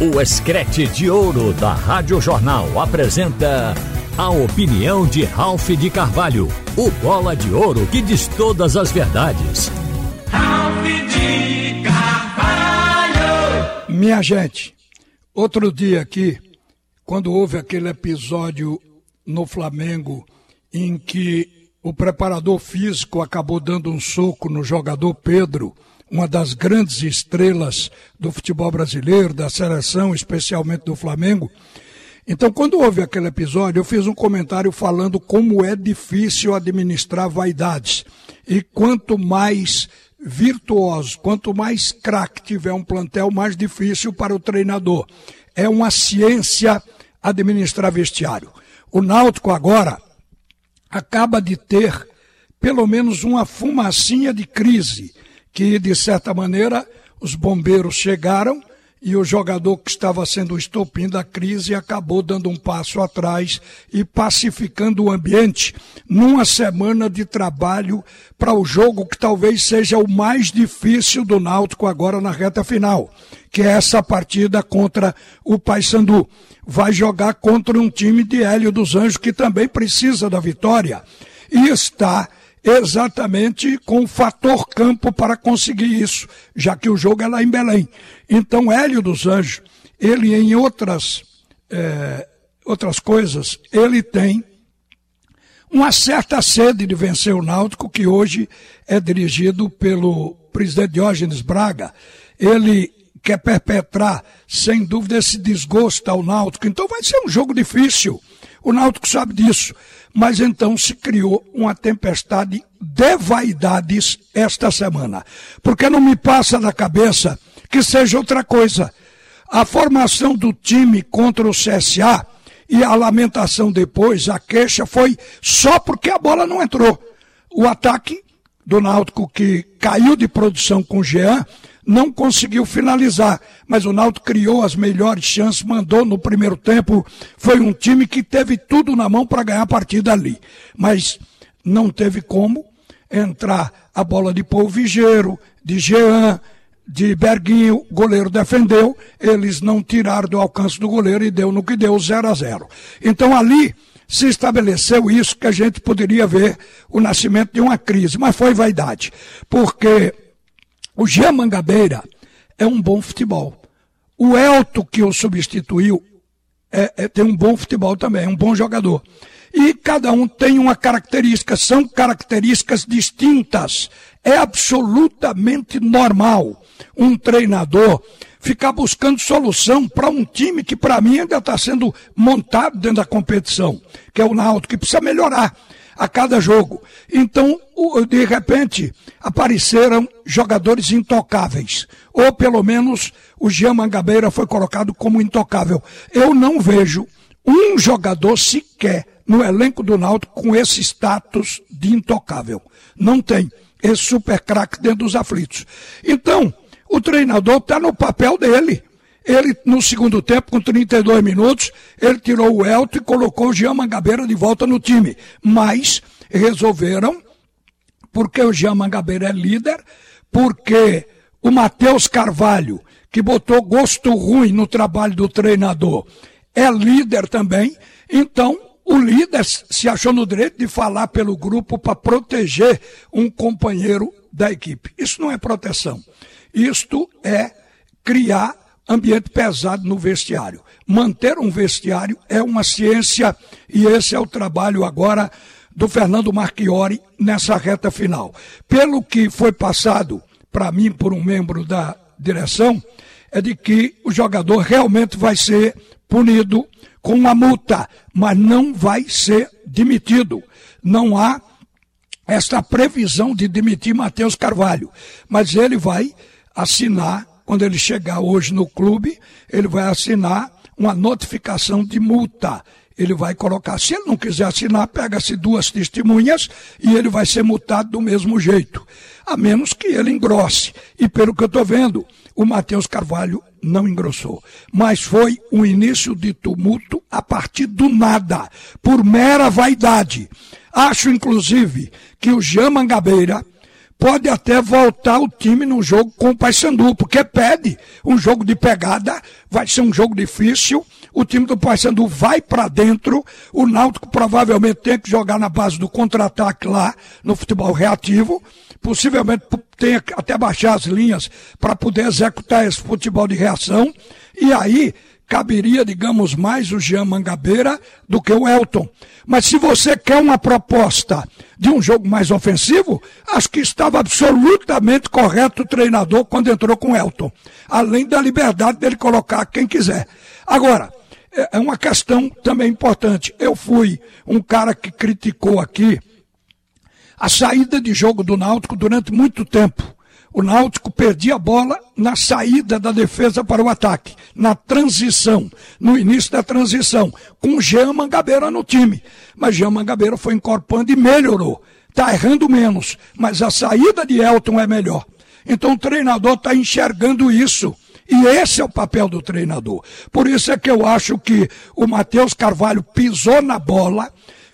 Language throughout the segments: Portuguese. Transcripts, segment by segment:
O Escrete de Ouro da Rádio Jornal apresenta a opinião de Ralph de Carvalho, o bola de ouro que diz todas as verdades. Ralph de Carvalho! Minha gente, outro dia aqui, quando houve aquele episódio no Flamengo em que o preparador físico acabou dando um soco no jogador Pedro, uma das grandes estrelas do futebol brasileiro, da seleção, especialmente do Flamengo. Então, quando houve aquele episódio, eu fiz um comentário falando como é difícil administrar vaidades. E quanto mais virtuoso, quanto mais craque tiver um plantel, mais difícil para o treinador. É uma ciência administrar vestiário. O Náutico agora acaba de ter pelo menos uma fumacinha de crise, que, de certa maneira, os bombeiros chegaram e o jogador que estava sendo o estopim da crise acabou dando um passo atrás e pacificando o ambiente numa semana de trabalho para o jogo que talvez seja o mais difícil do Náutico agora na reta final, que é essa partida contra o Paysandu. Vai jogar contra um time de Hélio dos Anjos que também precisa da vitória e está exatamente com o fator campo para conseguir isso, já que o jogo é lá em Belém. Então, Hélio dos Anjos, ele em outras coisas, ele tem uma certa sede de vencer o Náutico, que hoje é dirigido pelo presidente Diógenes Braga. Ele quer perpetrar, sem dúvida, esse desgosto ao Náutico. Então vai ser um jogo difícil. O Náutico sabe disso. Mas então se criou uma tempestade de vaidades esta semana. Porque não me passa da cabeça que seja outra coisa. A formação do time contra o CSA e a lamentação depois, a queixa, foi só porque a bola não entrou. O ataque do Náutico, que caiu de produção com o Jean, não conseguiu finalizar, mas o Náutico criou as melhores chances, mandou no primeiro tempo, foi um time que teve tudo na mão para ganhar a partida ali, mas não teve como entrar a bola de Polvigeiro, de Jean, de Berguinho, o goleiro defendeu, eles não tiraram do alcance do goleiro e deu no que deu, 0-0. Então ali se estabeleceu isso que a gente poderia ver o nascimento de uma crise, mas foi vaidade, porque o Jean Mangabeira é um bom futebol. O Elton, que o substituiu, tem um bom futebol também, é um bom jogador. E cada um tem uma característica, são características distintas. É absolutamente normal um treinador ficar buscando solução para um time que, para mim, ainda está sendo montado dentro da competição, que é o Náutico, que precisa melhorar a cada jogo. Então, de repente, apareceram jogadores intocáveis. Ou, pelo menos, o Jean Mangabeira foi colocado como intocável. Eu não vejo um jogador sequer no elenco do Náutico com esse status de intocável. Não tem esse super craque dentro dos aflitos. Então, o treinador está no papel dele. Ele, no segundo tempo, com 32 minutos, ele tirou o Elton e colocou o Jean Mangabeira de volta no time. Mas resolveram, porque o Jean Mangabeira é líder, porque o Matheus Carvalho, que botou gosto ruim no trabalho do treinador, é líder também. Então, o líder se achou no direito de falar pelo grupo para proteger um companheiro da equipe. Isso não é proteção. Isto é criar ambiente pesado no vestiário. Manter um vestiário é uma ciência e esse é o trabalho agora do Fernando Marchiori nessa reta final. Pelo que foi passado para mim por um membro da direção, é de que o jogador realmente vai ser punido com uma multa, mas não vai ser demitido. Não há esta previsão de demitir Matheus Carvalho, mas ele vai assinar, quando ele chegar hoje no clube, ele vai assinar uma notificação de multa. Ele vai colocar, se ele não quiser assinar, pega-se 2 testemunhas e ele vai ser multado do mesmo jeito, a menos que ele engrosse. E pelo que eu estou vendo, o Matheus Carvalho não engrossou. Mas foi um início de tumulto a partir do nada, por mera vaidade. Acho, inclusive, que o Jean Mangabeira pode até voltar o time num jogo com o Paysandu, porque pede um jogo de pegada, vai ser um jogo difícil, o time do Paysandu vai para dentro, o Náutico provavelmente tem que jogar na base do contra-ataque lá, no futebol reativo, possivelmente tem que até baixar as linhas para poder executar esse futebol de reação, e aí caberia, digamos, mais o Jean Mangabeira do que o Elton. Mas se você quer uma proposta de um jogo mais ofensivo, acho que estava absolutamente correto o treinador quando entrou com o Elton. Além da liberdade dele colocar quem quiser. Agora, é uma questão também importante. Eu fui um cara que criticou aqui a saída de jogo do Náutico durante muito tempo. O Náutico perdia a bola na saída da defesa para o ataque, na transição, no início da transição, com o Jean Mangabeira no time. Mas Jean Mangabeira foi incorporando e melhorou. Está errando menos, mas a saída de Elton é melhor. Então o treinador está enxergando isso. E esse é o papel do treinador. Por isso é que eu acho que o Matheus Carvalho pisou na bola,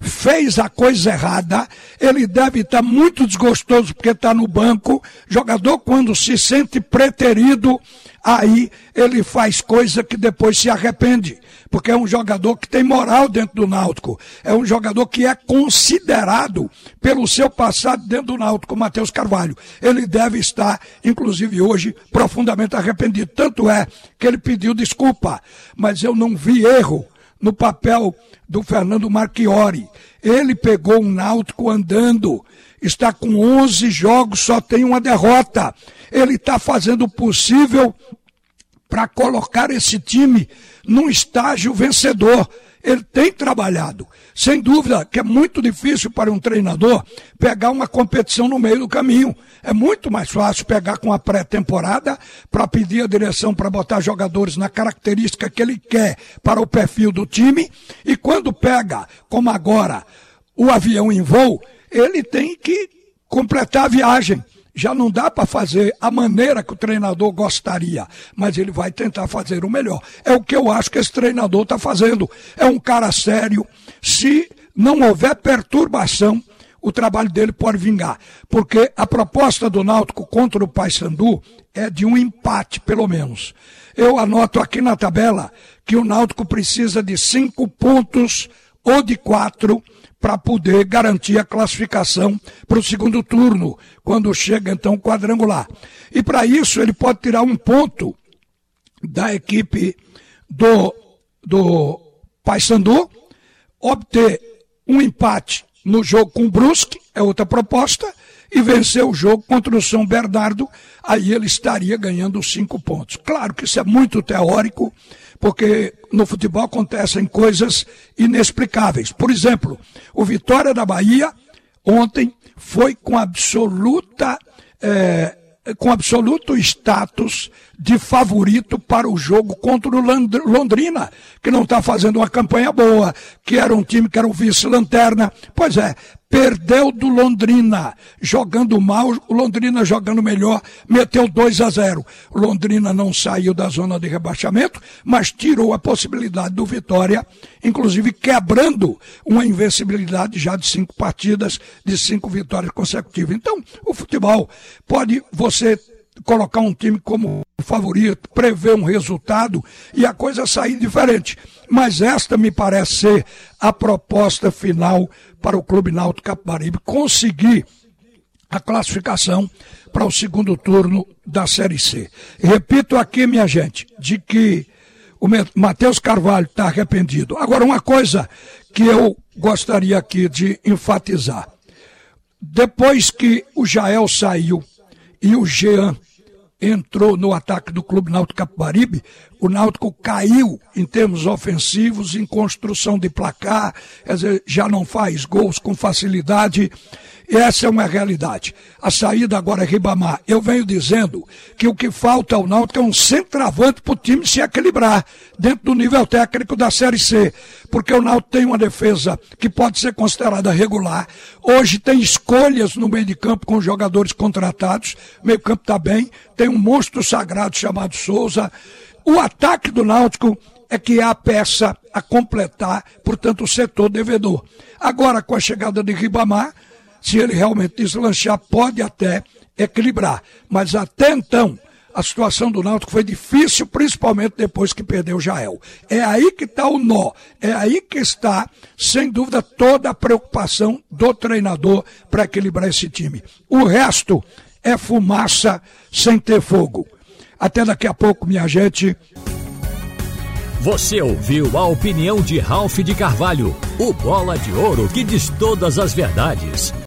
fez a coisa errada, ele deve estar muito desgostoso porque está no banco. Jogador, quando se sente preterido, aí ele faz coisa que depois se arrepende, porque é um jogador que tem moral dentro do Náutico, é um jogador que é considerado pelo seu passado dentro do Náutico, o Matheus Carvalho. Ele deve estar, inclusive hoje, profundamente arrependido. Tanto é que ele pediu desculpa, mas eu não vi erro no papel do Fernando Marchiori. Ele pegou um Náutico andando, está com 11 jogos, só tem uma derrota. Ele está fazendo o possível para colocar esse time num estágio vencedor. Ele tem trabalhado. Sem dúvida que é muito difícil para um treinador pegar uma competição no meio do caminho. É muito mais fácil pegar com a pré-temporada para pedir a direção para botar jogadores na característica que ele quer para o perfil do time. E quando pega, como agora, o avião em voo, ele tem que completar a viagem. Já não dá para fazer a maneira que o treinador gostaria, mas ele vai tentar fazer o melhor. É o que eu acho que esse treinador está fazendo. É um cara sério. Se não houver perturbação, o trabalho dele pode vingar. Porque a proposta do Náutico contra o Paysandu é de um empate, pelo menos. Eu anoto aqui na tabela que o Náutico precisa de 5 pontos ou de 4 para poder garantir a classificação para o segundo turno, quando chega então o quadrangular. E para isso ele pode tirar um ponto da equipe do Paysandu, obter um empate no jogo com o Brusque, é outra proposta, e vencer o jogo contra o São Bernardo, aí ele estaria ganhando 5 pontos. Claro que isso é muito teórico, porque no futebol acontecem coisas inexplicáveis. Por exemplo, o Vitória da Bahia ontem foi com absoluto status de favorito para o jogo contra o Londrina, que não está fazendo uma campanha boa, que era um time que era o vice-lanterna. Pois é, perdeu do Londrina, jogando mal, o Londrina jogando melhor, meteu 2-0. O Londrina não saiu da zona de rebaixamento, mas tirou a possibilidade do Vitória, inclusive quebrando uma invencibilidade já de 5 partidas, de 5 vitórias consecutivas. Então, o futebol pode você colocar um time como favorito, prever um resultado e a coisa sair diferente. Mas esta me parece ser a proposta final para o Clube Náutico Capibaribe conseguir a classificação para o segundo turno da Série C. E repito aqui, minha gente, de que o Matheus Carvalho está arrependido. Agora, uma coisa que eu gostaria aqui de enfatizar. Depois que o Jael saiu e o Jean entrou no ataque do Clube Náutico Capibaribe, o Náutico caiu em termos ofensivos, em construção de placar, quer dizer, já não faz gols com facilidade. Essa é uma realidade. A saída agora é Ribamar. Eu venho dizendo que o que falta ao Náutico é um centroavante para o time se equilibrar dentro do nível técnico da Série C, porque o Náutico tem uma defesa que pode ser considerada regular. Hoje tem escolhas no meio de campo com jogadores contratados, o meio campo está bem, tem um monstro sagrado chamado Souza. O ataque do Náutico é que é a peça a completar, portanto, o setor devedor. Agora, com a chegada de Ribamar, se ele realmente deslanchar, pode até equilibrar. Mas até então, a situação do Náutico foi difícil, principalmente depois que perdeu o Jael. É aí que está o nó, é aí que está, sem dúvida, toda a preocupação do treinador para equilibrar esse time. O resto é fumaça sem ter fogo. Até daqui a pouco, minha gente. Você ouviu a opinião de Ralph de Carvalho, o bola de ouro que diz todas as verdades.